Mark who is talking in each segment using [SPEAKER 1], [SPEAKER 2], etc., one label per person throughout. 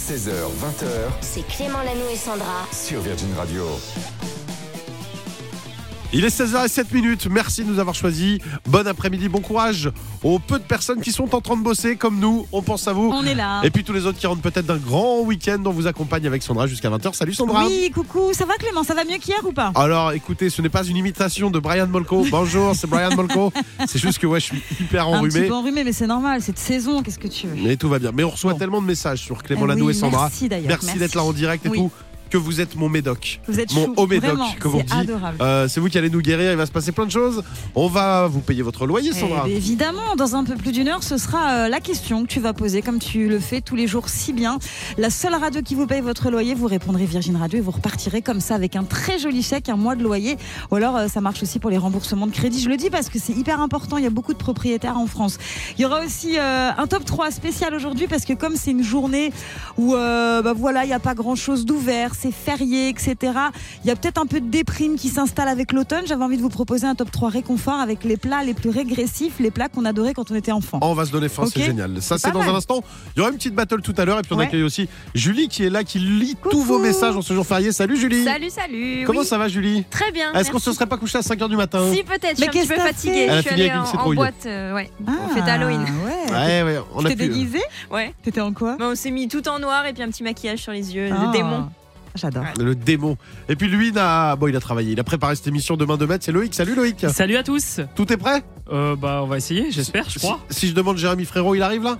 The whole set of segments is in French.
[SPEAKER 1] 16h, 20h.
[SPEAKER 2] C'est Clément Lanoux et Sandra
[SPEAKER 1] sur Virgin Radio.
[SPEAKER 3] Il est 16h07. Merci de nous avoir choisis. Bon après-midi, bon courage aux peu de personnes qui sont en train de bosser comme nous. On pense à vous.
[SPEAKER 4] On est là.
[SPEAKER 3] Et puis tous les autres qui rentrent peut-être d'un grand week-end. On vous accompagne avec Sandra jusqu'à 20h. Salut Sandra.
[SPEAKER 4] Oui, coucou. Ça va Clément? Ça va mieux qu'hier ou pas?
[SPEAKER 3] Alors écoutez, ce n'est pas une imitation de Brian Molko. Bonjour, c'est Brian Molko. C'est juste que je suis hyper
[SPEAKER 4] Un
[SPEAKER 3] enrhumé.
[SPEAKER 4] petit peu enrhumé, mais c'est normal. C'est de saison. Qu'est-ce que tu veux?
[SPEAKER 3] Mais tout va bien. Mais on reçoit tellement de messages sur Clément Lanoux
[SPEAKER 4] oui,
[SPEAKER 3] et Sandra.
[SPEAKER 4] merci d'ailleurs.
[SPEAKER 3] Merci d'être là en direct et
[SPEAKER 4] Oui.
[SPEAKER 3] tout. Que vous êtes mon médoc.
[SPEAKER 4] Vous êtes
[SPEAKER 3] mon
[SPEAKER 4] chou.
[SPEAKER 3] haut médoc,
[SPEAKER 4] Vraiment,
[SPEAKER 3] comme on
[SPEAKER 4] c'est
[SPEAKER 3] dit.
[SPEAKER 4] adorable.
[SPEAKER 3] C'est vous qui allez nous guérir. Il va se passer plein de choses. On va vous payer votre loyer, Sandra.
[SPEAKER 4] Eh bien, évidemment, dans un peu plus d'une heure, ce sera la question que tu vas poser, comme tu le fais tous les jours si bien. La seule radio qui vous paye votre loyer, vous répondrez Virgin Radio et vous repartirez comme ça avec un très joli chèque, un mois de loyer. Ou alors, ça marche aussi pour les remboursements de crédit. Je le dis parce que c'est hyper important. Il y a beaucoup de propriétaires en France. Il y aura aussi un top 3 spécial aujourd'hui parce que comme c'est une journée où voilà, il n'y a pas grand-chose d'ouvert, c'est férié, etc. Il y a peut-être un peu de déprime qui s'installe avec l'automne. J'avais envie de vous proposer un top 3 réconfort avec les plats les plus régressifs, les plats qu'on adorait quand on était enfant.
[SPEAKER 3] On va se donner faim,
[SPEAKER 4] Ok.
[SPEAKER 3] c'est génial. Ça,
[SPEAKER 4] C'est
[SPEAKER 3] c'est
[SPEAKER 4] pas
[SPEAKER 3] dans
[SPEAKER 4] mal.
[SPEAKER 3] un instant. Il y aura une petite battle tout à l'heure. Et puis on
[SPEAKER 4] Ouais.
[SPEAKER 3] accueille aussi Julie qui est là, qui lit tous
[SPEAKER 4] Coucou.
[SPEAKER 3] vos messages en ce jour férié. Salut Julie.
[SPEAKER 5] Salut.
[SPEAKER 3] Comment
[SPEAKER 5] Oui,
[SPEAKER 3] ça va Julie?
[SPEAKER 5] très bien.
[SPEAKER 3] Est-ce qu'on se serait pas couché à 5h du matin?
[SPEAKER 5] Si, peut-être. Je
[SPEAKER 4] Mais
[SPEAKER 5] suis un petit
[SPEAKER 4] qu'est-ce
[SPEAKER 5] peu
[SPEAKER 4] que t'as
[SPEAKER 5] fatiguée.
[SPEAKER 4] fait?
[SPEAKER 3] Elle a
[SPEAKER 5] Je suis
[SPEAKER 3] fini
[SPEAKER 5] allée
[SPEAKER 3] avec une
[SPEAKER 5] en
[SPEAKER 3] citrouille.
[SPEAKER 5] boîte. Ouais. On fait Halloween.
[SPEAKER 4] Ouais.
[SPEAKER 3] Ouais, on
[SPEAKER 4] Tu
[SPEAKER 3] a
[SPEAKER 4] t'es
[SPEAKER 3] pu.
[SPEAKER 4] déguisé?
[SPEAKER 5] Ouais.
[SPEAKER 4] T'étais en quoi?
[SPEAKER 5] Mais on s'est mis tout en noir et puis un petit maquillage sur les yeux.
[SPEAKER 4] Ah.
[SPEAKER 5] Le démon.
[SPEAKER 4] J'adore.
[SPEAKER 3] Le démon. Et puis lui, il a travaillé. Il a préparé cette émission demain de maître. C'est Loïc. Salut Loïc.
[SPEAKER 6] Salut à tous.
[SPEAKER 3] Tout est prêt?
[SPEAKER 6] On va essayer, j'espère, je crois.
[SPEAKER 3] Si je demande Jérémy Frérot, il arrive là?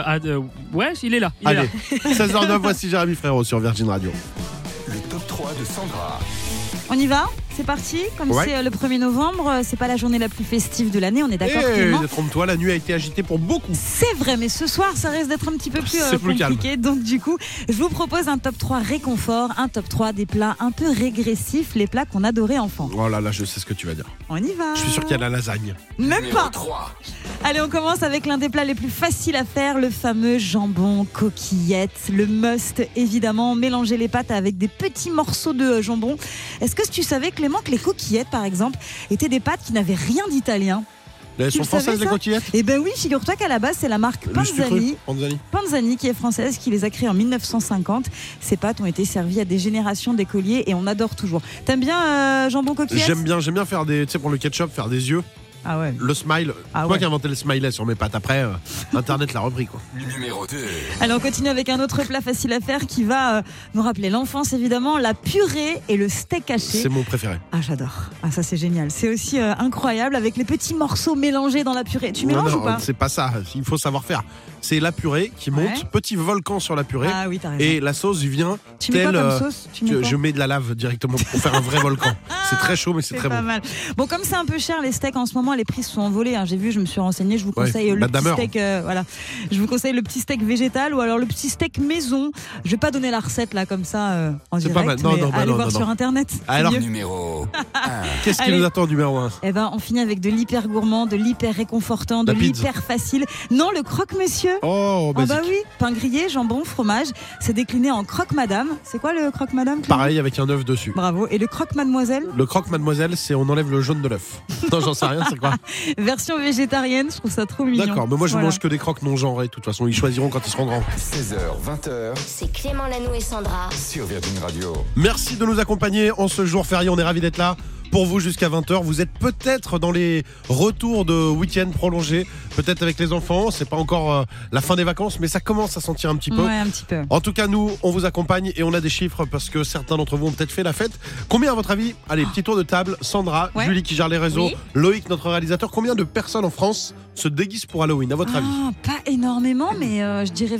[SPEAKER 6] Ouais, il est là. Il est
[SPEAKER 3] Allez,
[SPEAKER 6] là.
[SPEAKER 3] 16h09, voici Jérémy Frérot sur Virgin Radio.
[SPEAKER 1] Le top 3 de Sandra.
[SPEAKER 4] On y va? C'est parti. Comme
[SPEAKER 3] Ouais.
[SPEAKER 4] c'est le 1er novembre, c'est pas la journée la plus festive de l'année, on est d'accord
[SPEAKER 3] Et
[SPEAKER 4] Clément?
[SPEAKER 3] détrompe-toi, la nuit a été agitée pour beaucoup.
[SPEAKER 4] C'est vrai, mais ce soir, ça risque d'être un petit peu plus
[SPEAKER 3] C'est plus
[SPEAKER 4] compliqué. Donc du coup, je vous propose un top 3 réconfort, un top 3 des plats un peu régressifs, les plats qu'on adorait enfant.
[SPEAKER 3] Oh là là, je sais ce que tu vas dire.
[SPEAKER 4] On y va.
[SPEAKER 3] Je suis sûr qu'il y a la lasagne.
[SPEAKER 4] Même
[SPEAKER 1] Numéro
[SPEAKER 4] pas.
[SPEAKER 1] 3.
[SPEAKER 4] Allez, on commence avec l'un des plats les plus faciles à faire, le fameux jambon coquillette. Le must, évidemment, mélanger les pâtes avec des petits morceaux de jambon. Est-ce que tu savais, Clément, que les coquillettes, par exemple, étaient des pâtes qui n'avaient rien d'italien?
[SPEAKER 3] Elles
[SPEAKER 4] Tu
[SPEAKER 3] sont
[SPEAKER 4] le savais,
[SPEAKER 3] françaises, les
[SPEAKER 4] ça
[SPEAKER 3] coquillettes?
[SPEAKER 4] Eh ben oui, figure-toi qu'à la base, c'est la marque
[SPEAKER 3] Le sucre,
[SPEAKER 4] Panzani.
[SPEAKER 3] Panzani.
[SPEAKER 4] Qui est française, qui les a créés en 1950. Ces pâtes ont été servies à des générations d'écoliers et on adore toujours. T'aimes bien jambon coquillette?
[SPEAKER 3] J'aime bien faire des, tu sais, pour le ketchup, faire des yeux.
[SPEAKER 4] Ah ouais.
[SPEAKER 3] Le smile.
[SPEAKER 4] Ah
[SPEAKER 3] Moi
[SPEAKER 4] ouais.
[SPEAKER 3] qui ai inventé le smiley sur mes pâtes. Après, Internet l'a repris, quoi.
[SPEAKER 1] Numéro 2.
[SPEAKER 4] Allez, on continue avec un autre plat facile à faire qui va nous rappeler l'enfance, évidemment, la purée et le steak haché.
[SPEAKER 3] C'est mon préféré.
[SPEAKER 4] Ah, j'adore. Ah, ça, c'est génial. C'est aussi incroyable avec les petits morceaux mélangés dans la purée. Tu mélanges
[SPEAKER 3] Non,
[SPEAKER 4] ou pas?
[SPEAKER 3] c'est pas ça. Il faut savoir faire. C'est la purée qui monte,
[SPEAKER 4] Ouais.
[SPEAKER 3] petit volcan sur la purée.
[SPEAKER 4] Ah oui, t'as raison.
[SPEAKER 3] Et la sauce vient
[SPEAKER 4] tu mets quoi
[SPEAKER 3] telle.
[SPEAKER 4] comme sauce? Tu mets quoi?
[SPEAKER 3] Je mets de la lave directement pour faire un vrai volcan. C'est très chaud, mais c'est très
[SPEAKER 4] pas
[SPEAKER 3] bon.
[SPEAKER 4] mal. Bon, comme c'est un peu cher les steaks en ce moment, les prix se sont envolés. Hein. J'ai vu, je me suis renseignée. Je vous
[SPEAKER 3] Ouais,
[SPEAKER 4] conseille le
[SPEAKER 3] Madame
[SPEAKER 4] petit
[SPEAKER 3] Heure.
[SPEAKER 4] steak. Voilà, je vous conseille le petit steak végétal ou alors le petit steak maison. Je vais pas donner la recette là comme ça en
[SPEAKER 3] C'est
[SPEAKER 4] direct.
[SPEAKER 3] pas mal. Non,
[SPEAKER 4] mais
[SPEAKER 3] non, bah
[SPEAKER 4] allez
[SPEAKER 3] non,
[SPEAKER 4] voir
[SPEAKER 3] non,
[SPEAKER 4] sur
[SPEAKER 3] non.
[SPEAKER 4] internet. c'est
[SPEAKER 3] Alors,
[SPEAKER 4] mieux.
[SPEAKER 1] Numéro 1.
[SPEAKER 3] Qu'est-ce qui
[SPEAKER 4] Allez.
[SPEAKER 3] nous attend en numéro 1?
[SPEAKER 4] Eh ben, on finit avec de l'hyper gourmand, de l'hyper réconfortant, de
[SPEAKER 3] La pizza.
[SPEAKER 4] l'hyper facile. Non, le croque-monsieur.
[SPEAKER 3] Oh,
[SPEAKER 4] Ah
[SPEAKER 3] basique.
[SPEAKER 4] bah oui, pain grillé, jambon, fromage. C'est décliné en croque-madame. C'est quoi le croque-madame, Clément?
[SPEAKER 3] Pareil, avec un œuf dessus.
[SPEAKER 4] Bravo. Et le croque-mademoiselle?
[SPEAKER 3] Le croque mademoiselle, c'est on enlève le jaune de l'œuf. Non, j'en sais rien, c'est quoi?
[SPEAKER 4] Version végétarienne, je trouve ça trop mignon.
[SPEAKER 3] D'accord, mais moi je
[SPEAKER 4] Voilà.
[SPEAKER 3] mange que des croques non genrés. De toute façon, ils choisiront quand ils seront grands.
[SPEAKER 1] 16h, 20h
[SPEAKER 2] C'est Clément Lanoux et Sandra
[SPEAKER 1] sur Virgin Radio.
[SPEAKER 3] Merci de nous accompagner en ce jour férié. On est ravis d'être là pour vous jusqu'à 20h. Vous êtes peut-être dans les retours de week-end prolongés, peut-être avec les enfants. C'est pas encore la fin des vacances, mais ça commence à sentir un petit peu.
[SPEAKER 4] Ouais, un petit peu.
[SPEAKER 3] En tout cas, nous, on vous accompagne et on a des chiffres parce que certains d'entre vous ont peut-être fait la fête. Combien, à votre avis? Allez, petit tour de table. Sandra,
[SPEAKER 4] Ouais.
[SPEAKER 3] Julie qui gère les réseaux,
[SPEAKER 5] Oui.
[SPEAKER 3] Loïc, notre réalisateur. Combien de personnes en France se déguisent pour Halloween, à votre avis?
[SPEAKER 4] Ah, pas énormément, mais je dirais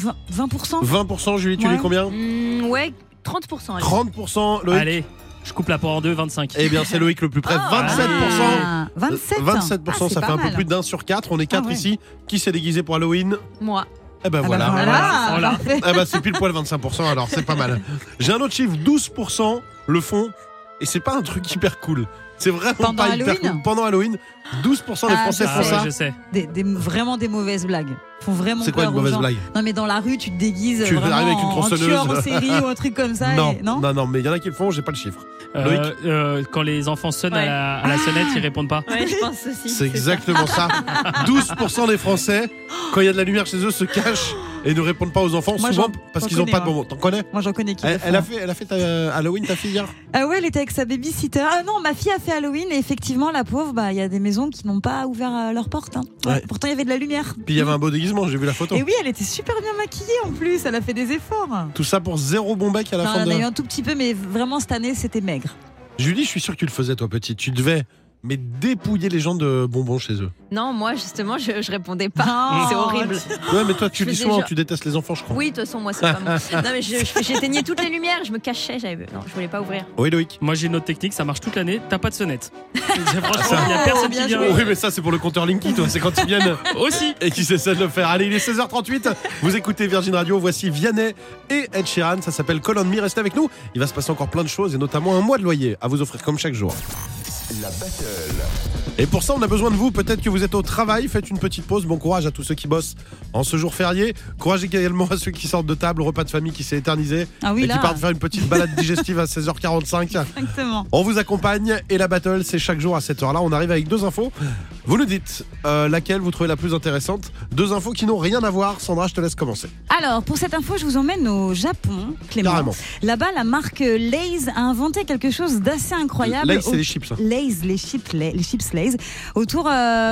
[SPEAKER 4] 20%.
[SPEAKER 3] 20%, Julie, tu
[SPEAKER 4] Ouais.
[SPEAKER 3] dis combien?
[SPEAKER 5] Ouais, 30%. allez.
[SPEAKER 3] 30%, Loïc.
[SPEAKER 6] Allez, je coupe la poire en deux, 25.
[SPEAKER 3] Eh bien, c'est Loïc le plus près, 27%.
[SPEAKER 4] Ah, 27.
[SPEAKER 3] 27%,
[SPEAKER 4] Ah, c'est
[SPEAKER 3] ça
[SPEAKER 4] pas
[SPEAKER 3] fait un peu
[SPEAKER 4] mal.
[SPEAKER 3] plus d'un sur 4. On est 4
[SPEAKER 4] ouais.
[SPEAKER 3] ici. Qui s'est déguisé pour Halloween?
[SPEAKER 5] Moi.
[SPEAKER 3] Eh ben
[SPEAKER 4] Ah
[SPEAKER 3] voilà.
[SPEAKER 4] bah voilà.
[SPEAKER 6] Voilà.
[SPEAKER 4] Parfait.
[SPEAKER 3] Eh ben c'est pile poil 25%, alors c'est pas mal. J'ai un autre chiffre, 12% le font, et c'est pas un truc hyper cool. C'est vraiment
[SPEAKER 4] Pendant
[SPEAKER 3] pas hyper
[SPEAKER 4] Halloween
[SPEAKER 3] cool. Pendant Halloween, 12% des
[SPEAKER 4] Ah,
[SPEAKER 3] Français
[SPEAKER 4] je
[SPEAKER 3] font
[SPEAKER 6] Ah
[SPEAKER 3] ça.
[SPEAKER 6] ouais, je sais.
[SPEAKER 4] Vraiment des mauvaises blagues. Font vraiment
[SPEAKER 3] C'est quoi
[SPEAKER 4] peur
[SPEAKER 3] une
[SPEAKER 4] aux
[SPEAKER 3] mauvaise
[SPEAKER 4] gens.
[SPEAKER 3] blague?
[SPEAKER 4] Non, mais dans la rue, tu te déguises
[SPEAKER 3] Tu
[SPEAKER 4] vraiment
[SPEAKER 3] arrives avec une
[SPEAKER 4] en
[SPEAKER 3] tronçonneuse.
[SPEAKER 4] tueur en série ou un truc comme ça.
[SPEAKER 3] Non,
[SPEAKER 4] et- non,
[SPEAKER 3] non, mais il y en a qui le font, j'ai pas le chiffre.
[SPEAKER 6] Quand les enfants sonnent
[SPEAKER 5] Ouais.
[SPEAKER 6] à la sonnette, ils répondent pas.
[SPEAKER 5] Ouais, je pense aussi.
[SPEAKER 3] C'est exactement ça. 12% des Français, quand il y a de la lumière chez eux, se cachent et ne répondent pas aux enfants,
[SPEAKER 4] Moi,
[SPEAKER 3] souvent
[SPEAKER 4] j'en
[SPEAKER 3] parce qu'ils n'ont
[SPEAKER 4] connais,
[SPEAKER 3] pas de
[SPEAKER 4] moi.
[SPEAKER 3] bonbons. T'en connais?
[SPEAKER 4] Moi, j'en connais qui le
[SPEAKER 3] Elle a
[SPEAKER 4] font.
[SPEAKER 3] fait Halloween, ta fille, hier?
[SPEAKER 4] Ah ouais, elle était avec sa babysitter. Ah non, ma fille a fait Halloween et effectivement, la pauvre, il y a des maisons qui n'ont pas ouvert leurs portes. Hein.
[SPEAKER 3] Ouais.
[SPEAKER 4] Pourtant, il y avait de la lumière.
[SPEAKER 3] Puis il y avait un beau déguisement, j'ai vu la photo.
[SPEAKER 4] Et oui, elle était super bien maquillée en plus. Elle a fait des efforts.
[SPEAKER 3] Tout ça pour 0 bon bec à la
[SPEAKER 4] Non,
[SPEAKER 3] fin
[SPEAKER 4] elle en a eu
[SPEAKER 3] de.
[SPEAKER 4] un tout petit peu, mais vraiment cette année, c'était maigre.
[SPEAKER 3] Julie, je suis sûr que tu le faisais, toi, petit. Tu devais dépouiller les gens de bonbons chez eux.
[SPEAKER 5] Non, moi, justement, je répondais pas.
[SPEAKER 4] Non.
[SPEAKER 5] C'est horrible.
[SPEAKER 3] Ouais, mais toi, tu
[SPEAKER 5] Je
[SPEAKER 3] dis
[SPEAKER 5] faisais
[SPEAKER 3] souvent,
[SPEAKER 5] genre-
[SPEAKER 3] tu détestes les enfants, je crois.
[SPEAKER 5] Oui, de toute façon, moi, c'est pas moi. Non, mais j'éteignais toutes les lumières, je me cachais. Non, je voulais pas ouvrir.
[SPEAKER 3] Oui, Loïc.
[SPEAKER 6] Moi j'ai une autre technique, ça marche toute l'année, t'as pas de sonnette. Franchement,
[SPEAKER 3] ça.
[SPEAKER 6] il n'y a personne
[SPEAKER 4] bien
[SPEAKER 6] qui vient.
[SPEAKER 4] joué.
[SPEAKER 3] Oui, mais ça, c'est pour le compteur Linky, toi. C'est quand ils viennent
[SPEAKER 6] Aussi.
[SPEAKER 3] et qu'ils essaient de le faire. Allez, il est 16h38. Vous écoutez Virgin Radio. Voici Vianney et Ed Sheeran. Ça s'appelle Call on Me. Restez avec nous. Il va se passer encore plein de choses et notamment un mois de loyer à vous offrir comme chaque jour.
[SPEAKER 1] La battle.
[SPEAKER 3] Et pour ça, on a besoin de vous. Peut-être que vous êtes au travail. Faites une petite pause. Bon courage à tous ceux qui bossent en ce jour férié. Courage également à ceux qui sortent de table. Repas de famille qui s'est éternisé.
[SPEAKER 4] Ah oui,
[SPEAKER 3] et
[SPEAKER 4] là.
[SPEAKER 3] qui partent faire une petite balade digestive à 16h45.
[SPEAKER 4] Exactement.
[SPEAKER 3] On vous accompagne et la battle, c'est chaque jour à cette heure-là. On arrive avec 2 infos. Vous nous dites laquelle vous trouvez la plus intéressante. 2 infos qui n'ont rien à voir. Sandra, je te laisse commencer.
[SPEAKER 4] Alors, pour cette info, je vous emmène au Japon, Clément.
[SPEAKER 3] Carrément.
[SPEAKER 4] Là-bas, la marque Lay's a inventé quelque chose d'assez incroyable.
[SPEAKER 3] Là, c'est les chips. Hein.
[SPEAKER 4] Lay's, les chips Lay's, autour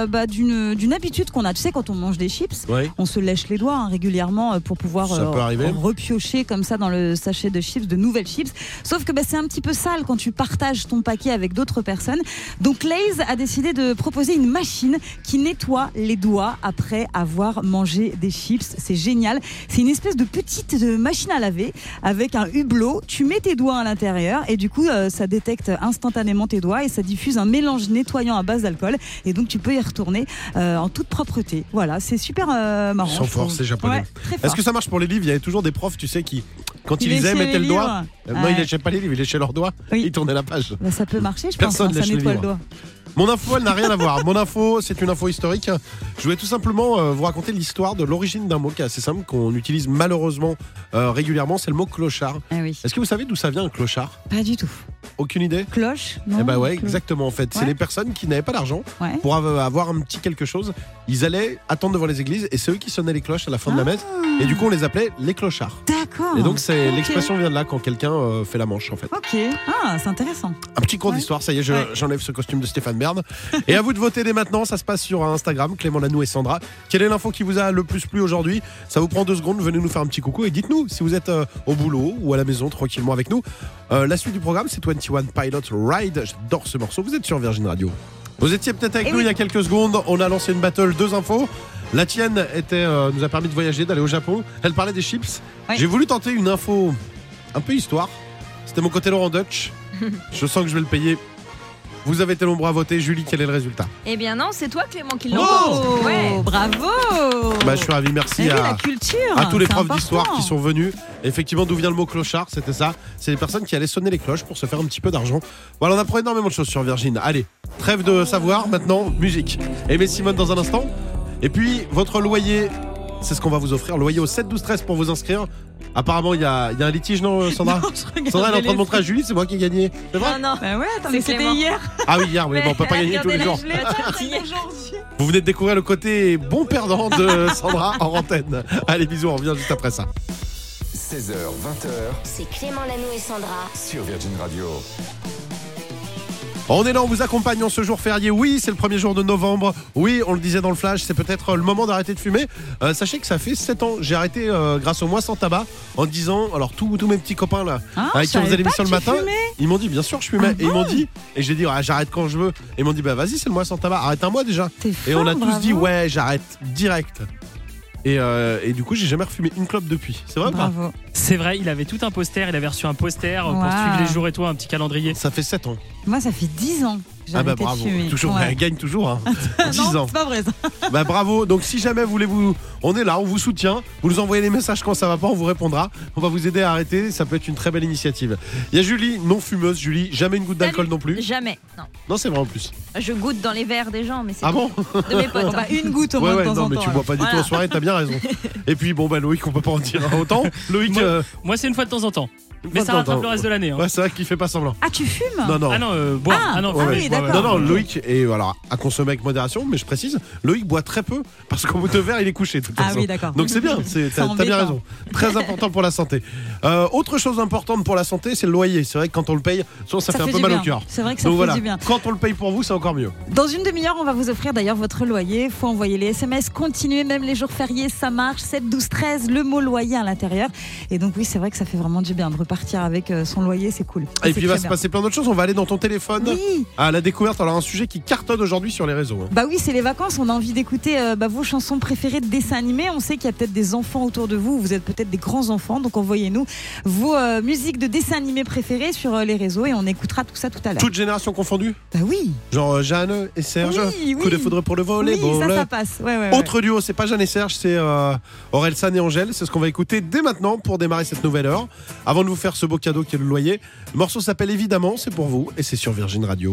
[SPEAKER 4] d'une habitude qu'on a. Tu sais, quand on mange des chips,
[SPEAKER 3] Ouais.
[SPEAKER 4] on se lèche les doigts régulièrement pour pouvoir
[SPEAKER 3] Ça peut arriver.
[SPEAKER 4] repiocher comme ça dans le sachet de chips, de nouvelles chips. Sauf que c'est un petit peu sale quand tu partages ton paquet avec d'autres personnes. Donc Lay's a décidé de proposer une machine qui nettoie les doigts après avoir mangé des chips. C'est génial. C'est une espèce de petite machine à laver avec un hublot. Tu mets tes doigts à l'intérieur et du coup ça détecte instantanément tes doigts et ça diffuse un mélange nettoyant à base d'alcool et donc tu peux y retourner en toute propreté. Voilà, c'est super marrant.
[SPEAKER 3] Ils sont
[SPEAKER 4] je
[SPEAKER 3] forts,
[SPEAKER 4] trouve.
[SPEAKER 3] ces Japonais.
[SPEAKER 4] Ouais, très
[SPEAKER 3] Est-ce
[SPEAKER 4] fort.
[SPEAKER 3] que ça marche pour les livres? Il y avait toujours des profs, tu sais, qui, quand ils
[SPEAKER 4] Il
[SPEAKER 3] lisaient,
[SPEAKER 4] léchait
[SPEAKER 3] mettaient
[SPEAKER 4] les
[SPEAKER 3] le doigt.
[SPEAKER 4] livres.
[SPEAKER 3] Non, ils
[SPEAKER 4] Ouais.
[SPEAKER 3] léchaient pas les livres, ils léchaient leurs doigts.
[SPEAKER 4] Oui.
[SPEAKER 3] Ils tournaient la page.
[SPEAKER 4] Ça peut marcher, je
[SPEAKER 3] Personne
[SPEAKER 4] pense.
[SPEAKER 3] lèche
[SPEAKER 4] Ça
[SPEAKER 3] les
[SPEAKER 4] nettoie le
[SPEAKER 3] livres.
[SPEAKER 4] doigt.
[SPEAKER 3] Mon info, elle n'a rien à voir. Mon info, c'est une info historique. Je voulais tout simplement vous raconter l'histoire de l'origine d'un mot qui est assez simple, qu'on utilise malheureusement régulièrement. C'est le mot clochard.
[SPEAKER 4] Ah oui.
[SPEAKER 3] Est-ce que vous savez d'où ça vient, un clochard?
[SPEAKER 4] Pas du tout.
[SPEAKER 3] Aucune idée?
[SPEAKER 4] Cloche, non?
[SPEAKER 3] Eh ben ouais,
[SPEAKER 4] Cloche.
[SPEAKER 3] exactement en fait. C'est
[SPEAKER 4] Ouais.
[SPEAKER 3] les personnes qui n'avaient pas d'argent
[SPEAKER 4] Ouais.
[SPEAKER 3] pour avoir un petit quelque chose. Ils allaient attendre devant les églises et c'est eux qui sonnaient les cloches à la fin de la messe. Et du coup, on les appelait les clochards.
[SPEAKER 4] D'accord.
[SPEAKER 3] Et donc, c'est
[SPEAKER 4] Ok.
[SPEAKER 3] l'expression vient de là quand quelqu'un fait la manche en fait.
[SPEAKER 4] Ok. Ah, c'est intéressant.
[SPEAKER 3] Un petit cours
[SPEAKER 4] Ouais.
[SPEAKER 3] d'histoire, ça y est,
[SPEAKER 4] Ouais.
[SPEAKER 3] j'enlève ce costume de Stéphane Bern. Et à vous de voter dès maintenant, ça se passe sur Instagram, Clément Lanoux et Sandra. Quelle est l'info qui vous a le plus plu aujourd'hui? Ça vous prend 2 secondes, venez nous faire un petit coucou et dites-nous si vous êtes au boulot ou à la maison tranquillement avec nous. La suite du programme, c'est 21 Pilot Ride. J'adore ce morceau, vous êtes sur Virgin Radio. Vous étiez peut-être avec
[SPEAKER 4] Eh
[SPEAKER 3] nous
[SPEAKER 4] oui.
[SPEAKER 3] il y a quelques secondes, on a lancé une battle, 2 infos. La tienne nous a permis de voyager, d'aller au Japon. Elle parlait des chips.
[SPEAKER 4] Ouais.
[SPEAKER 3] J'ai voulu tenter une info un peu histoire. C'était mon côté Laurent Dutch. Je sens que je vais le payer. Vous avez été nombreux à voter. Julie, quel est le résultat?
[SPEAKER 5] Eh bien, non, c'est toi, Clément, qui
[SPEAKER 3] Oh
[SPEAKER 5] l'emporte. Ouais.
[SPEAKER 4] Bravo.
[SPEAKER 3] Bah, je suis ravi, merci
[SPEAKER 4] Eh oui, la
[SPEAKER 3] à
[SPEAKER 4] culture.
[SPEAKER 3] tous les
[SPEAKER 4] c'est
[SPEAKER 3] profs
[SPEAKER 4] important.
[SPEAKER 3] d'histoire qui sont venus. Effectivement, d'où vient le mot clochard? C'était ça. C'est les personnes qui allaient sonner les cloches pour se faire un petit peu d'argent. Voilà, on apprend énormément de choses sur Virgin. Allez, trêve de savoir, maintenant, musique. Aimé Simone dans un instant. Et puis, votre loyer, c'est ce qu'on va vous offrir. Loyer au 7 12 13 pour vous inscrire. Apparemment, il y a un litige, non, Sandra?
[SPEAKER 4] Non, je regardais
[SPEAKER 3] Sandra, elle est en train de
[SPEAKER 4] les
[SPEAKER 3] montrer à
[SPEAKER 4] faits.
[SPEAKER 3] Julie, c'est moi qui ai gagné. C'est vrai?
[SPEAKER 5] Non, non.
[SPEAKER 4] Bah ouais, attends,
[SPEAKER 5] C'est
[SPEAKER 4] mais c'était
[SPEAKER 5] Clément.
[SPEAKER 4] hier.
[SPEAKER 3] Ah oui, hier, oui, bon, on peut pas
[SPEAKER 5] Mais
[SPEAKER 3] gagner tous les
[SPEAKER 5] regardez
[SPEAKER 3] jours.
[SPEAKER 5] la- hier.
[SPEAKER 3] Vous venez de découvrir le côté bon perdant de Sandra en antenne. Allez, bisous, on revient juste après ça.
[SPEAKER 1] 16h, 20h
[SPEAKER 2] C'est Clément Lanoux et Sandra.
[SPEAKER 1] sur Virgin Radio.
[SPEAKER 3] On est là, on vous accompagne en ce jour férié. Oui, c'est le premier jour de novembre. Oui, on le disait dans le flash, c'est peut-être le moment d'arrêter de fumer. Sachez que ça fait 7 ans. J'ai arrêté grâce au mois sans tabac en disant, alors tous mes petits copains là,
[SPEAKER 4] Ah,
[SPEAKER 3] avec
[SPEAKER 4] je
[SPEAKER 3] qui on faisait
[SPEAKER 4] savais
[SPEAKER 3] l'émission
[SPEAKER 4] pas
[SPEAKER 3] le
[SPEAKER 4] que tu
[SPEAKER 3] matin,
[SPEAKER 4] fumais.
[SPEAKER 3] ils m'ont dit, bien sûr, je fumais.
[SPEAKER 4] Ah
[SPEAKER 3] Et ils m'ont
[SPEAKER 4] bon
[SPEAKER 3] dit, et j'ai dit, ah, j'arrête quand je veux. Et ils m'ont dit, bah vas-y, c'est le mois sans tabac, arrête un mois déjà.
[SPEAKER 4] T'es
[SPEAKER 3] Et on a
[SPEAKER 4] fort,
[SPEAKER 3] tous
[SPEAKER 4] bravo.
[SPEAKER 3] dit, ouais, j'arrête direct. Et du coup, j'ai jamais refumé une clope depuis. C'est vrai ou pas?
[SPEAKER 4] Bravo.
[SPEAKER 6] C'est vrai, il avait tout un poster, il avait reçu un poster pour
[SPEAKER 4] Wow.
[SPEAKER 6] suivre les jours et tout, un petit calendrier.
[SPEAKER 3] Ça fait 7 ans.
[SPEAKER 4] Moi, ça fait 10 ans que j'ai
[SPEAKER 3] Ah bah
[SPEAKER 4] arrêté
[SPEAKER 3] bravo.
[SPEAKER 4] de fumer.
[SPEAKER 3] Toujours,
[SPEAKER 4] Ouais.
[SPEAKER 3] elle gagne toujours. Hein. 10
[SPEAKER 4] Non,
[SPEAKER 3] ans.
[SPEAKER 4] c'est pas vrai ça.
[SPEAKER 3] Bah bravo, donc si jamais voulez-vous, on est là, on vous soutient, vous nous envoyez des messages quand ça va pas, on vous répondra, on va vous aider à arrêter, ça peut être une très belle initiative. Il y a Julie, non fumeuse, Julie, jamais une goutte d'alcool
[SPEAKER 5] Salut.
[SPEAKER 3] non plus.
[SPEAKER 5] Jamais. Non.
[SPEAKER 3] Non, c'est vrai en plus.
[SPEAKER 5] Je goûte dans les verres des gens, mais c'est
[SPEAKER 3] Ah bon?
[SPEAKER 5] de mes potes.
[SPEAKER 4] Bon, bah, une goutte au
[SPEAKER 3] Ouais,
[SPEAKER 4] moins
[SPEAKER 3] ouais,
[SPEAKER 4] de temps
[SPEAKER 3] non,
[SPEAKER 4] en
[SPEAKER 3] mais
[SPEAKER 4] temps.
[SPEAKER 3] tu bois pas du tout
[SPEAKER 5] Voilà.
[SPEAKER 3] en soirée, t'as bien raison. Et puis bon, bah Loïc, on peut pas en dire autant. Loïc,
[SPEAKER 6] Moi- Moi, c'est une fois de temps en temps. Mais ça rattrape le reste de l'année. Hein.
[SPEAKER 3] Ouais, c'est vrai qu'il fait pas semblant.
[SPEAKER 4] Ah, tu fumes?
[SPEAKER 3] Non.
[SPEAKER 6] Ah non, boire.
[SPEAKER 4] Ah,
[SPEAKER 6] non,
[SPEAKER 3] Ouais,
[SPEAKER 4] oui, d'accord.
[SPEAKER 3] Non, Loïc, et alors à consommer avec modération, mais je précise, Loïc boit très peu parce qu'au bout de verre, il est couché de toute
[SPEAKER 4] Ah
[SPEAKER 3] façon.
[SPEAKER 4] oui, d'accord.
[SPEAKER 3] Donc c'est bien, t'as bien
[SPEAKER 4] embêtant.
[SPEAKER 3] raison. Très important pour la santé. Autre chose importante pour la santé, c'est le loyer. C'est vrai que quand on le paye, souvent ça fait un peu
[SPEAKER 4] du
[SPEAKER 3] mal
[SPEAKER 4] bien.
[SPEAKER 3] au cœur.
[SPEAKER 4] C'est vrai que ça
[SPEAKER 3] Donc
[SPEAKER 4] fait
[SPEAKER 3] voilà,
[SPEAKER 4] du bien.
[SPEAKER 3] quand on le paye pour vous, c'est encore mieux.
[SPEAKER 4] Dans une demi-heure, on va vous offrir d'ailleurs votre loyer. Faut envoyer les SMS, continuer même les jours fériés, ça marche. 7, 12, 13, le mot loyer à l'intérieur. Et donc oui, c'est vrai que ça fait vraiment du bien de repartir avec son loyer, c'est cool.
[SPEAKER 3] Et
[SPEAKER 4] C'est
[SPEAKER 3] puis il va
[SPEAKER 4] très
[SPEAKER 3] se
[SPEAKER 4] bien.
[SPEAKER 3] passer plein d'autres choses. On va aller dans ton téléphone
[SPEAKER 4] Oui.
[SPEAKER 3] à la découverte. Alors un sujet qui cartonne aujourd'hui sur les réseaux.
[SPEAKER 4] Bah oui, c'est les vacances. On a envie d'écouter vos chansons préférées de dessins animés. On sait qu'il y a peut-être des enfants autour de vous. Vous êtes peut-être des grands enfants. Donc envoyez-nous vos musiques de dessins animés préférées sur les réseaux et on écoutera tout ça tout à l'heure.
[SPEAKER 3] Toute génération confondue.
[SPEAKER 4] Bah oui.
[SPEAKER 3] Genre Jeanne et Serge.
[SPEAKER 4] Oui,
[SPEAKER 3] Coup de foudre pour le volleyball.
[SPEAKER 4] Oui, ça passe. Ouais.
[SPEAKER 3] Autre duo, c'est pas Jeanne et Serge, c'est Orelsan et Angèle. C'est ce qu'on va écouter dès maintenant pour démarrer cette nouvelle heure. Avant de vous faire ce beau cadeau qui est le loyer. Le morceau s'appelle Évidemment, c'est pour vous et c'est sur Virgin Radio.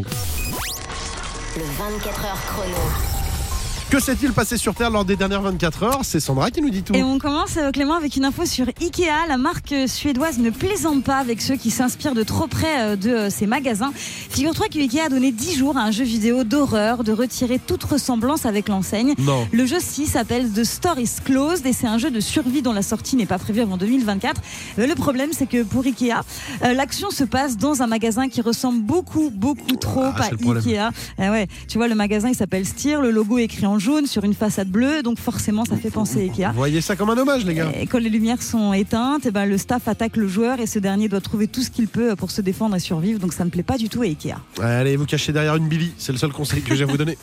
[SPEAKER 2] Le 24 heures chrono.
[SPEAKER 3] Que s'est-il passé sur Terre lors des dernières 24 heures? C'est Sandra qui nous dit tout.
[SPEAKER 4] Et on commence, Clément, avec une info sur Ikea. La marque suédoise ne plaisante pas avec ceux qui s'inspirent de trop près de ses magasins. Figure-toi que Ikea a donné 10 jours à un jeu vidéo d'horreur de retirer toute ressemblance avec l'enseigne.
[SPEAKER 3] Non.
[SPEAKER 4] Le jeu-ci s'appelle The Store is Closed et c'est un jeu de survie dont la sortie n'est pas prévue avant 2024. Le problème, c'est que pour Ikea, l'action se passe dans un magasin qui ressemble beaucoup trop à
[SPEAKER 3] c'est le problème.
[SPEAKER 4] Ikea. Ouais, tu vois, le magasin il s'appelle Steer, le logo est écrit en jaune sur une façade bleue, donc forcément ça fait penser à Ikea.
[SPEAKER 3] Vous voyez ça comme un hommage, les gars.
[SPEAKER 4] Et quand les lumières sont éteintes, le staff attaque le joueur et ce dernier doit trouver tout ce qu'il peut pour se défendre et survivre. Donc ça ne plaît pas du tout à Ikea.
[SPEAKER 3] Allez, vous cachez derrière une Billy, c'est le seul conseil que j'ai à vous donner.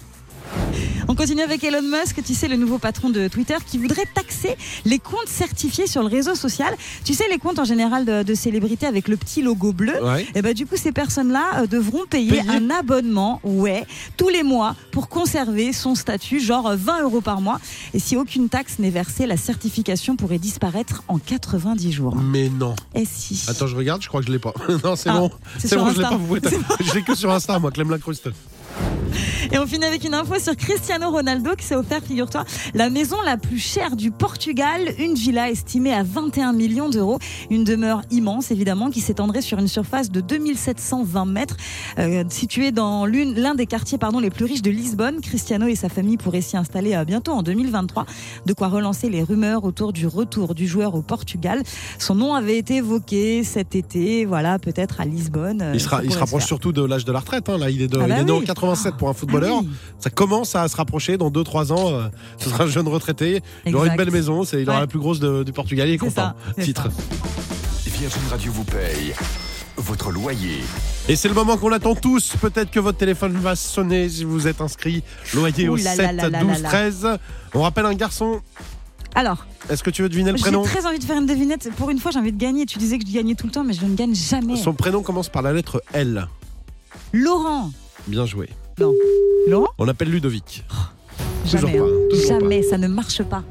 [SPEAKER 4] On continue avec Elon Musk, tu sais, le nouveau patron de Twitter qui voudrait taxer les comptes certifiés sur le réseau social. Tu sais, les comptes en général de célébrités avec le petit logo bleu.
[SPEAKER 3] Ouais.
[SPEAKER 4] Et du coup, ces personnes-là devront payer un abonnement, tous les mois pour conserver son statut, genre 20 € par mois. Et si aucune taxe n'est versée, la certification pourrait disparaître en 90 jours.
[SPEAKER 3] Mais non.
[SPEAKER 4] Et si.
[SPEAKER 3] Attends, je regarde, je crois que je l'ai pas. Non, c'est
[SPEAKER 4] Ah,
[SPEAKER 3] bon.
[SPEAKER 4] c'est
[SPEAKER 3] C'est
[SPEAKER 4] sur
[SPEAKER 3] bon, je l'ai
[SPEAKER 4] Insta.
[SPEAKER 3] pas. Vous pouvez Je l'ai que sur Insta, moi, Clem Lacruste.
[SPEAKER 4] Et on finit avec une info sur Cristiano Ronaldo qui s'est offert, figure-toi, la maison la plus chère du Portugal, une villa estimée à 21 millions d'euros, une demeure immense évidemment qui s'étendrait sur une surface de 2720 mètres, située dans l'un des quartiers les plus riches de Lisbonne. Cristiano et sa famille pourraient s'y installer bientôt en 2023, de quoi relancer les rumeurs autour du retour du joueur au Portugal. Son nom avait été évoqué cet été, voilà, peut-être à Lisbonne.
[SPEAKER 3] Il se rapproche surtout de l'âge de la retraite. Là, il est né en 87 pour un footballeur.
[SPEAKER 4] Ah oui.
[SPEAKER 3] Ça commence à se rapprocher. Dans 2-3 ans, ce sera un jeune retraité. Il aura une belle maison. Il aura la plus grosse du Portugal. Il est content. Titre.
[SPEAKER 1] Virgin Radio vous paye votre loyer.
[SPEAKER 3] Et c'est le moment qu'on attend tous. Peut-être que votre téléphone va sonner si vous êtes inscrit. Loyer au 7 12 13. On rappelle un garçon.
[SPEAKER 4] Alors,
[SPEAKER 3] est-ce que tu veux deviner le
[SPEAKER 4] j'ai
[SPEAKER 3] prénom?
[SPEAKER 4] très envie de faire une devinette. Pour une fois, j'ai envie de gagner. Tu disais que je gagnais tout le temps, mais je ne gagne jamais.
[SPEAKER 3] Son prénom commence par la lettre L.
[SPEAKER 4] Laurent.
[SPEAKER 3] Bien joué.
[SPEAKER 4] Non. Laurent?
[SPEAKER 3] On l'appelle Ludovic. Toujours
[SPEAKER 4] Jamais.
[SPEAKER 3] pas, toujours
[SPEAKER 4] Jamais, ça ne marche pas.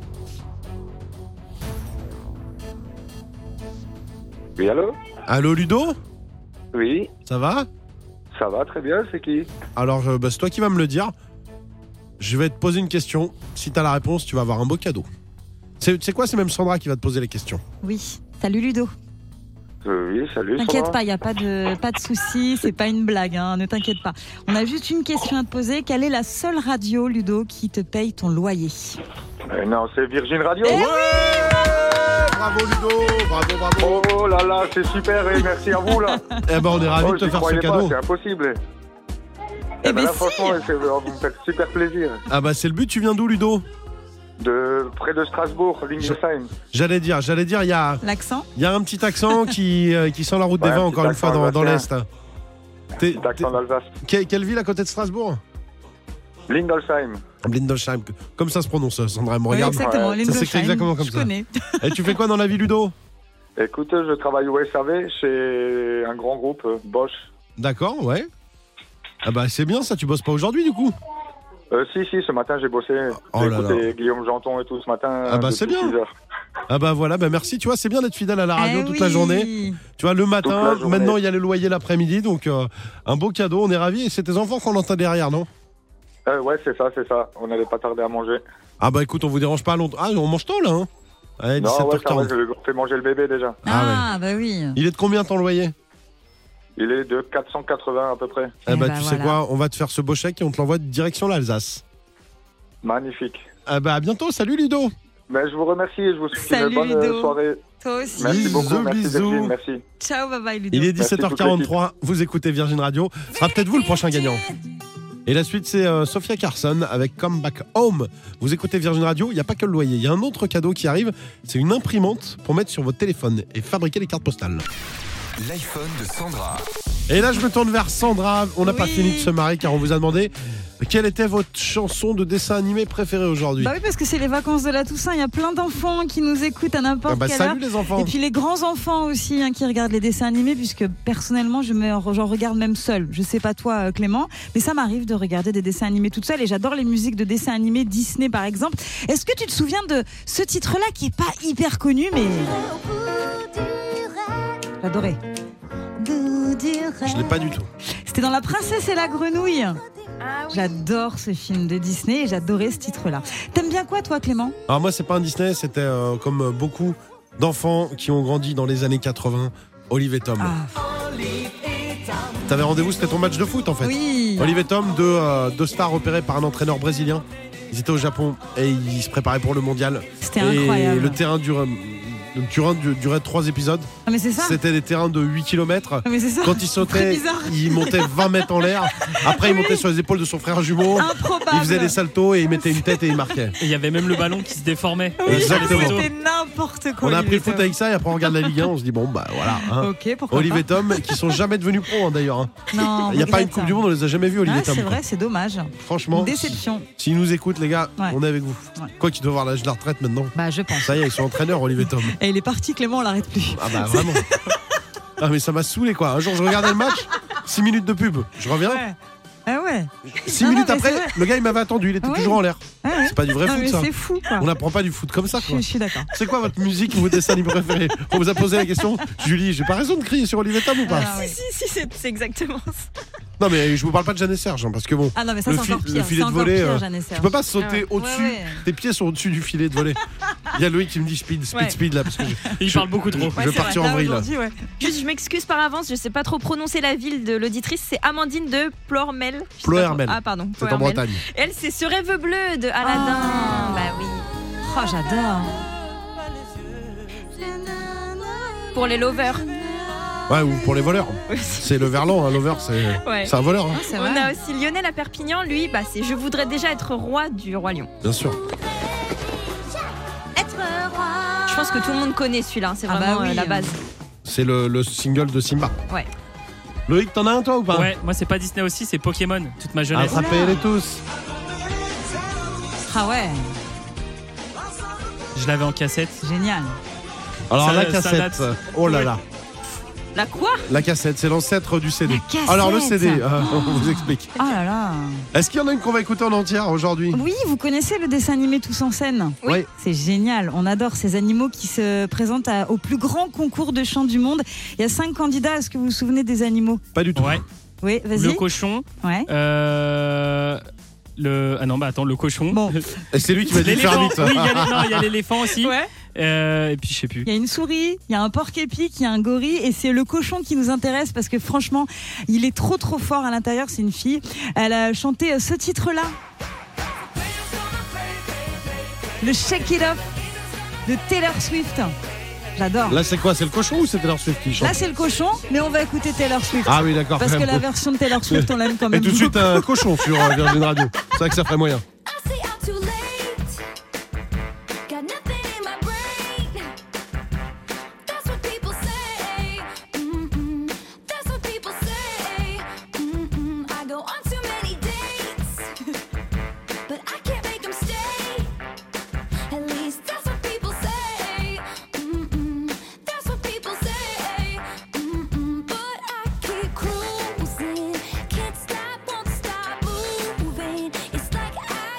[SPEAKER 7] Oui, allô?
[SPEAKER 3] Allô Ludo?
[SPEAKER 7] Oui,
[SPEAKER 3] Ça va?
[SPEAKER 7] ça va très bien, c'est qui?
[SPEAKER 3] Alors, c'est toi qui vas me le dire. Je vais te poser une question. Si t'as la réponse, tu vas avoir un beau cadeau. C'est quoi? C'est même Sandra qui va te poser les questions.
[SPEAKER 4] Oui. Salut Ludo.
[SPEAKER 7] Oui, salut. ça
[SPEAKER 4] T'inquiète
[SPEAKER 7] va?
[SPEAKER 4] pas, il n'y a pas de soucis, c'est pas une blague, ne t'inquiète pas. On a juste une question à te poser. Quelle est la seule radio, Ludo, qui te paye ton loyer?
[SPEAKER 7] Non, c'est Virgin Radio.
[SPEAKER 4] Eh
[SPEAKER 3] Bravo Ludo, bravo.
[SPEAKER 7] Oh là là, c'est super et merci à vous là.
[SPEAKER 3] On est ravis de te
[SPEAKER 7] j'y
[SPEAKER 3] faire ce
[SPEAKER 7] croyais
[SPEAKER 3] cadeau.
[SPEAKER 7] Pas, c'est impossible.
[SPEAKER 4] Eh ben
[SPEAKER 7] là,
[SPEAKER 4] si.
[SPEAKER 7] franchement, vous me faites super plaisir.
[SPEAKER 3] C'est le but. Tu viens d'où Ludo?
[SPEAKER 7] De près de Strasbourg, Lingolsheim.
[SPEAKER 3] J'allais dire, il y a
[SPEAKER 4] L'accent?
[SPEAKER 3] un petit accent qui sent la route des
[SPEAKER 7] Ouais,
[SPEAKER 3] vins
[SPEAKER 7] un
[SPEAKER 3] encore
[SPEAKER 7] petit
[SPEAKER 3] une fois
[SPEAKER 7] accent
[SPEAKER 3] dans l'Est.
[SPEAKER 7] Petit accent d'Alsace.
[SPEAKER 3] Quelle ville à côté de Strasbourg?
[SPEAKER 7] Lingolsheim.
[SPEAKER 3] Lindolsheim. Comme ça se prononce, Sandra, elle me
[SPEAKER 4] Oui,
[SPEAKER 3] regarde.
[SPEAKER 4] exactement.
[SPEAKER 7] Ouais.
[SPEAKER 3] Ça s'écrit
[SPEAKER 4] Lindolsheim,
[SPEAKER 3] exactement comme
[SPEAKER 4] je
[SPEAKER 3] ça.
[SPEAKER 4] connais.
[SPEAKER 3] Et tu fais quoi dans la vie Ludo?
[SPEAKER 7] Écoute, je travaille au SAV chez un grand groupe, Bosch.
[SPEAKER 3] D'accord, ouais. C'est bien ça, tu bosses pas aujourd'hui du coup?
[SPEAKER 7] Si, ce matin j'ai bossé.
[SPEAKER 3] Oh
[SPEAKER 7] J'ai
[SPEAKER 3] là
[SPEAKER 7] écouté Guillaume Janton et tout ce matin.
[SPEAKER 3] c'est
[SPEAKER 7] depuis
[SPEAKER 3] bien.
[SPEAKER 7] 6 heures.
[SPEAKER 3] Voilà, merci, tu vois, c'est bien d'être fidèle à la radio toute la
[SPEAKER 4] oui.
[SPEAKER 3] journée. Tu vois, le matin,
[SPEAKER 7] Toute la journée.
[SPEAKER 3] maintenant il y a le loyer l'après-midi, donc un beau cadeau, on est ravis. Et c'est tes enfants qu'on entend derrière, non?
[SPEAKER 7] Ouais, c'est ça. On n'allait pas tarder à manger.
[SPEAKER 3] Écoute, on vous dérange pas longtemps. On mange tôt là, hein? Ouais,
[SPEAKER 7] Non, ouais, ça va,
[SPEAKER 3] 17h40.
[SPEAKER 7] je fais manger le bébé déjà.
[SPEAKER 4] Ah, bah oui.
[SPEAKER 3] Il est de combien ton loyer?
[SPEAKER 7] Il est de 480 à peu près.
[SPEAKER 3] Eh bah,
[SPEAKER 4] bah,
[SPEAKER 3] tu sais
[SPEAKER 4] voilà.
[SPEAKER 3] quoi, on va te faire ce beau chèque et on te l'envoie direction l'Alsace.
[SPEAKER 7] Magnifique.
[SPEAKER 3] Ah bah à bientôt, salut Ludo.
[SPEAKER 7] Ben, je vous remercie et je vous souhaite
[SPEAKER 4] Salut,
[SPEAKER 7] une bonne
[SPEAKER 4] Ludo.
[SPEAKER 7] soirée.
[SPEAKER 4] Toi aussi.
[SPEAKER 7] Merci
[SPEAKER 3] Bisous,
[SPEAKER 7] beaucoup. Merci
[SPEAKER 3] bisous.
[SPEAKER 7] Virgin, merci.
[SPEAKER 4] Ciao, bye bye, Ludo.
[SPEAKER 3] Il est
[SPEAKER 7] Merci,
[SPEAKER 3] 17h43, vous écoutez Virgin Radio. Ce sera peut-être vous le prochain gagnant. Et la suite, c'est Sophia Carson avec Come Back Home. Vous écoutez Virgin Radio, il n'y a pas que le loyer. Il y a un autre cadeau qui arrive, c'est une imprimante pour mettre sur votre téléphone et fabriquer les cartes postales.
[SPEAKER 1] L'iPhone de Sandra.
[SPEAKER 3] Et là, je me tourne vers Sandra. On n'a pas
[SPEAKER 4] Oui.
[SPEAKER 3] fini de se marrer car on vous a demandé quelle était votre chanson de dessin animé préférée aujourd'hui.
[SPEAKER 4] Bah oui, parce que c'est les vacances de la Toussaint. Il y a plein d'enfants qui nous écoutent à n'importe
[SPEAKER 3] Ah bah,
[SPEAKER 4] quelle heure.
[SPEAKER 3] salut les enfants.
[SPEAKER 4] Et puis les grands enfants aussi qui regardent les dessins animés, puisque personnellement j'en regarde même seule. Je sais pas toi Clément, mais ça m'arrive de regarder des dessins animés toute seule et j'adore les musiques de dessins animés Disney par exemple. Est-ce que tu te souviens de ce titre-là qui est pas hyper connu mais j'adorais.
[SPEAKER 3] Je l'ai pas du tout.
[SPEAKER 4] C'était dans La Princesse et la Grenouille.
[SPEAKER 5] Ah oui.
[SPEAKER 4] J'adore ce film de Disney et j'adorais ce titre-là. T'aimes bien quoi toi Clément?
[SPEAKER 3] Alors moi, c'est pas un Disney, c'était comme beaucoup d'enfants qui ont grandi dans les années 80, Olive et Tom.
[SPEAKER 4] Ah,
[SPEAKER 3] T'avais rendez-vous, c'était ton match de foot en fait.
[SPEAKER 4] oui.
[SPEAKER 3] Olive et Tom, deux stars repérées par un entraîneur brésilien. Ils étaient au Japon et ils se préparaient pour le mondial.
[SPEAKER 4] C'était
[SPEAKER 3] Et
[SPEAKER 4] incroyable.
[SPEAKER 3] le terrain durait 3 épisodes.
[SPEAKER 4] Ah, mais c'est ça.
[SPEAKER 3] C'était des terrains de 8 km.
[SPEAKER 4] Ah, mais c'est ça.
[SPEAKER 3] Quand il
[SPEAKER 4] Très
[SPEAKER 3] sautait,
[SPEAKER 4] bizarre.
[SPEAKER 3] il montait 20 mètres en l'air. Après, il montait sur les épaules de son frère jumeau.
[SPEAKER 4] Improbable.
[SPEAKER 3] Il faisait des saltos et il mettait une tête et il marquait.
[SPEAKER 6] Et il y avait même le ballon qui se déformait.
[SPEAKER 4] Oui,
[SPEAKER 3] Exactement.
[SPEAKER 4] C'était n'importe quoi.
[SPEAKER 3] On a appris le
[SPEAKER 4] Olive et
[SPEAKER 3] foot
[SPEAKER 4] Tom.
[SPEAKER 3] avec ça et après on regarde la Ligue 1, on se dit bon bah voilà. Hein.
[SPEAKER 4] Ok, pourquoi
[SPEAKER 3] Olive
[SPEAKER 4] pas.
[SPEAKER 3] et Tom qui sont jamais devenus pros hein, d'ailleurs. Hein.
[SPEAKER 4] Non,
[SPEAKER 3] Il n'y a pas
[SPEAKER 4] regrette
[SPEAKER 3] une Coupe
[SPEAKER 4] ça.
[SPEAKER 3] du Monde, on les a jamais vus Olive
[SPEAKER 4] Ah,
[SPEAKER 3] et Tom.
[SPEAKER 4] c'est
[SPEAKER 3] quoi.
[SPEAKER 4] vrai, c'est dommage.
[SPEAKER 3] Franchement,
[SPEAKER 4] Déception.
[SPEAKER 3] s'ils nous écoutent les gars,
[SPEAKER 4] Ouais.
[SPEAKER 3] on est avec vous.
[SPEAKER 4] Ouais.
[SPEAKER 3] Quoi qu'il doit avoir l'âge de la retraite maintenant.
[SPEAKER 4] Bah, je pense.
[SPEAKER 3] Ça y est, ils sont entraîneurs Olive et Tom.
[SPEAKER 4] Et il est parti, Clément, on l'arrête plus.
[SPEAKER 3] Ah bah vraiment. Ah mais ça m'a saoulé quoi. Un jour je regardais le match, 6 minutes de pub. Je reviens,
[SPEAKER 4] Ouais. Ah ouais.
[SPEAKER 3] 6
[SPEAKER 4] Non,
[SPEAKER 3] minutes
[SPEAKER 4] non, mais
[SPEAKER 3] après,
[SPEAKER 4] c'est vrai.
[SPEAKER 3] le gars il m'avait attendu, il était
[SPEAKER 4] Ouais.
[SPEAKER 3] toujours en l'air.
[SPEAKER 4] Ah ouais.
[SPEAKER 3] C'est pas du vrai
[SPEAKER 4] Non,
[SPEAKER 3] foot
[SPEAKER 4] mais
[SPEAKER 3] ça.
[SPEAKER 4] c'est fou, quoi.
[SPEAKER 3] On n'apprend pas du foot comme ça quoi.
[SPEAKER 4] Je suis d'accord.
[SPEAKER 3] C'est quoi votre musique ou votre dessin animé préféré? On vous a posé la question. Julie, j'ai pas raison de crier sur Olive et Tom ou pas?
[SPEAKER 4] Ah, oui.
[SPEAKER 5] Si, c'est exactement ça.
[SPEAKER 3] Non mais je vous parle pas de Jeanne et Serge hein, parce que bon,
[SPEAKER 4] Ah non, mais ça,
[SPEAKER 3] Le
[SPEAKER 4] c'est
[SPEAKER 3] fi-
[SPEAKER 4] encore
[SPEAKER 3] le
[SPEAKER 4] pire.
[SPEAKER 3] filet
[SPEAKER 4] C'est
[SPEAKER 3] de
[SPEAKER 4] encore
[SPEAKER 3] volley,
[SPEAKER 4] pire, Jeanne et Serge.
[SPEAKER 3] tu peux pas sauter
[SPEAKER 5] Ah ouais.
[SPEAKER 3] au-dessus.
[SPEAKER 4] Ouais, ouais.
[SPEAKER 3] Tes pieds sont au-dessus du filet de volley. Il y a Loïc qui me dit speed
[SPEAKER 5] Ouais.
[SPEAKER 3] là parce que
[SPEAKER 6] Il parle beaucoup trop.
[SPEAKER 3] je vais partir en
[SPEAKER 4] Là,
[SPEAKER 3] vrille là.
[SPEAKER 4] aujourd'hui, ouais.
[SPEAKER 5] Juste, je m'excuse par avance, je sais pas trop prononcer la ville de l'auditrice, c'est Amandine de Plormel. Je sais pas
[SPEAKER 3] Ploërmel.
[SPEAKER 5] trop. Ah, pardon.
[SPEAKER 3] C'est en
[SPEAKER 5] Ploërmel.
[SPEAKER 3] Bretagne.
[SPEAKER 5] Elle, c'est ce rêve bleu de Aladdin.
[SPEAKER 4] Ah.
[SPEAKER 5] Bah oui.
[SPEAKER 4] Oh, j'adore.
[SPEAKER 5] Pour les lovers.
[SPEAKER 3] Ouais, ou pour les voleurs. C'est le verlan, un lover,
[SPEAKER 5] Ouais.
[SPEAKER 3] c'est un voleur, hein,
[SPEAKER 4] Ah, c'est
[SPEAKER 5] On
[SPEAKER 4] vrai.
[SPEAKER 5] a aussi Lionel à Perpignan, lui, bah, c'est Je voudrais déjà être roi du Roi Lion.
[SPEAKER 3] bien sûr.
[SPEAKER 5] Je pense que tout le monde connaît celui-là, c'est
[SPEAKER 4] Ah bah
[SPEAKER 5] vraiment
[SPEAKER 4] oui,
[SPEAKER 5] la base.
[SPEAKER 3] C'est le single de Simba.
[SPEAKER 5] Ouais.
[SPEAKER 3] Loïc, t'en as un toi ou pas?
[SPEAKER 6] Ouais, moi c'est pas Disney aussi, c'est Pokémon, toute ma jeunesse.
[SPEAKER 3] Attrapez-les tous.
[SPEAKER 4] Ah ouais,
[SPEAKER 6] Je l'avais en cassette.
[SPEAKER 4] génial.
[SPEAKER 3] Alors
[SPEAKER 6] Ça-
[SPEAKER 3] la
[SPEAKER 6] ça
[SPEAKER 3] cassette.
[SPEAKER 6] date.
[SPEAKER 3] Oh là
[SPEAKER 6] Ouais.
[SPEAKER 3] là.
[SPEAKER 5] La quoi?
[SPEAKER 3] La cassette, c'est l'ancêtre du CD.
[SPEAKER 4] La cassette.
[SPEAKER 3] Alors le CD, on vous explique.
[SPEAKER 4] Oh là là.
[SPEAKER 3] Est-ce qu'il y en a une qu'on va écouter en entière aujourd'hui?
[SPEAKER 4] Oui, vous connaissez le dessin animé Tous en scène?
[SPEAKER 3] Oui.
[SPEAKER 4] C'est génial. On adore ces animaux qui se présentent au plus grand concours de chant du monde. Il y a 5 candidats. Est-ce que vous vous souvenez des animaux?
[SPEAKER 3] Pas du tout.
[SPEAKER 6] Ouais.
[SPEAKER 4] Oui,
[SPEAKER 6] Le
[SPEAKER 4] vas-y.
[SPEAKER 6] cochon.
[SPEAKER 4] Ouais.
[SPEAKER 6] Ah non, bah attends, le cochon.
[SPEAKER 4] Bon,
[SPEAKER 3] Et c'est lui qui m'a dit de faire
[SPEAKER 6] L'éléphant.
[SPEAKER 3] vite.
[SPEAKER 6] Oui, il y a l'éléphant aussi.
[SPEAKER 4] ouais.
[SPEAKER 6] Et puis je sais plus.
[SPEAKER 4] Il y a une souris, il y a un porc-épic, il y a un gorille et c'est le cochon qui nous intéresse parce que franchement, il est trop fort à l'intérieur, c'est une fille. Elle a chanté ce titre-là. Le Shake It Off de Taylor Swift. J'adore.
[SPEAKER 3] Là c'est quoi? C'est le cochon ou c'est Taylor Swift qui chante?
[SPEAKER 4] Là, c'est le cochon, mais on va écouter Taylor Swift.
[SPEAKER 3] Ah oui d'accord.
[SPEAKER 4] Parce
[SPEAKER 3] quand
[SPEAKER 4] que
[SPEAKER 3] même.
[SPEAKER 4] la version de Taylor Swift, on l'aime quand
[SPEAKER 3] Et
[SPEAKER 4] même
[SPEAKER 3] tout de suite
[SPEAKER 4] beaucoup.
[SPEAKER 3] un cochon sur Virgin Radio. C'est vrai que ça ferait moyen.
[SPEAKER 8] Cruising, can't stop, won't stop moving. It's like I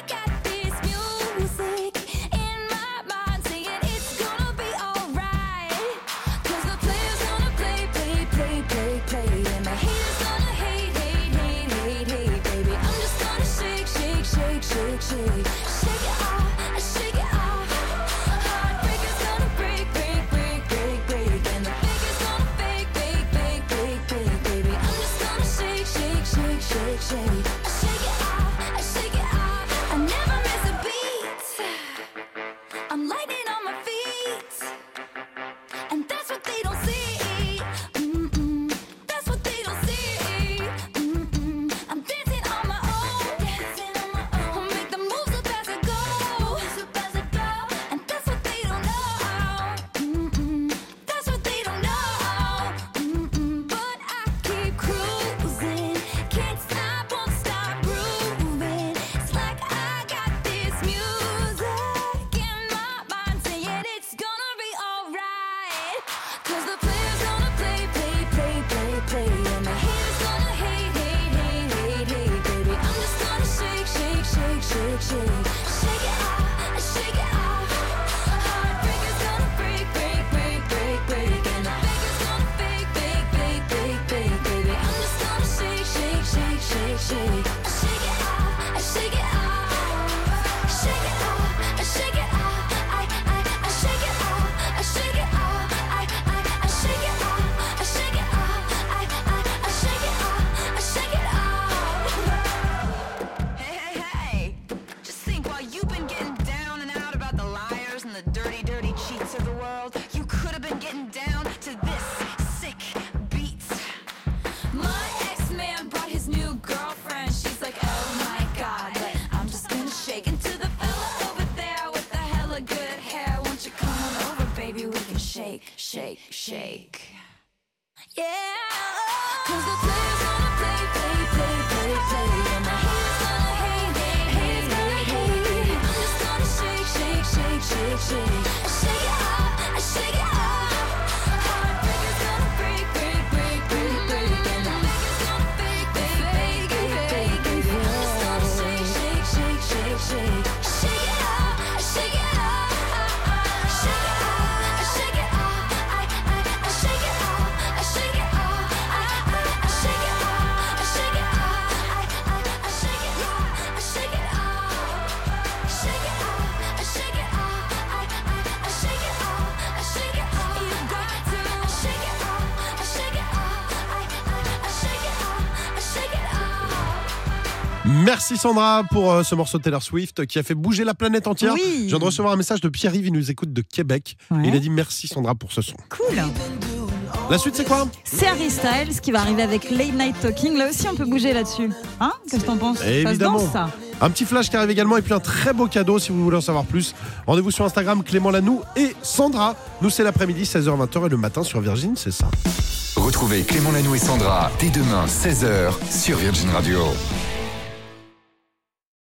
[SPEAKER 2] shake, shake. Yeah, 'cause the players gonna play, play, play, play, play. And the haters gonna hate, hate, hate, hate. I'm just gonna shake, shake, shake, shake, shake. I shake it off, I shake it off. Heartbreakers gonna break, break, break, break, break. And the fakers gonna fake, fake, fake, fake, fake. I'm just gonna shake, shake, shake, shake, shake. I shake it off, I shake it off. Shake it off, I shake it off. I shake it off, I shake it off. I shake it off, I shake it off. I shake it off, I shake it off. Shake it off, I shake it off. I shake it off, I shake it off. You got to shake it off, I shake it off. I shake it off, I shake it off.
[SPEAKER 3] Merci Sandra pour ce morceau de Taylor Swift qui a fait bouger la planète entière.
[SPEAKER 4] Oui.
[SPEAKER 3] Je viens de recevoir un message de Pierre-Yves, il nous écoute de Québec.
[SPEAKER 4] Ouais.
[SPEAKER 3] Et il a dit merci Sandra pour ce son.
[SPEAKER 4] Cool.
[SPEAKER 3] La suite c'est quoi?
[SPEAKER 4] C'est Harry Styles qui va arriver avec Late Night Talking. Là aussi, on peut bouger là-dessus. Hein? Qu'est-ce que t'en penses?
[SPEAKER 3] Évidemment.
[SPEAKER 4] Ça se danse, ça.
[SPEAKER 3] Un petit flash qui arrive également et puis un très beau cadeau si vous voulez en savoir plus. Rendez-vous sur Instagram Clément Lanoux et Sandra. Nous c'est l'après-midi 16h-20h et le matin sur Virgin, c'est ça.
[SPEAKER 1] Retrouvez Clément Lanoux et Sandra dès demain 16h sur Virgin Radio.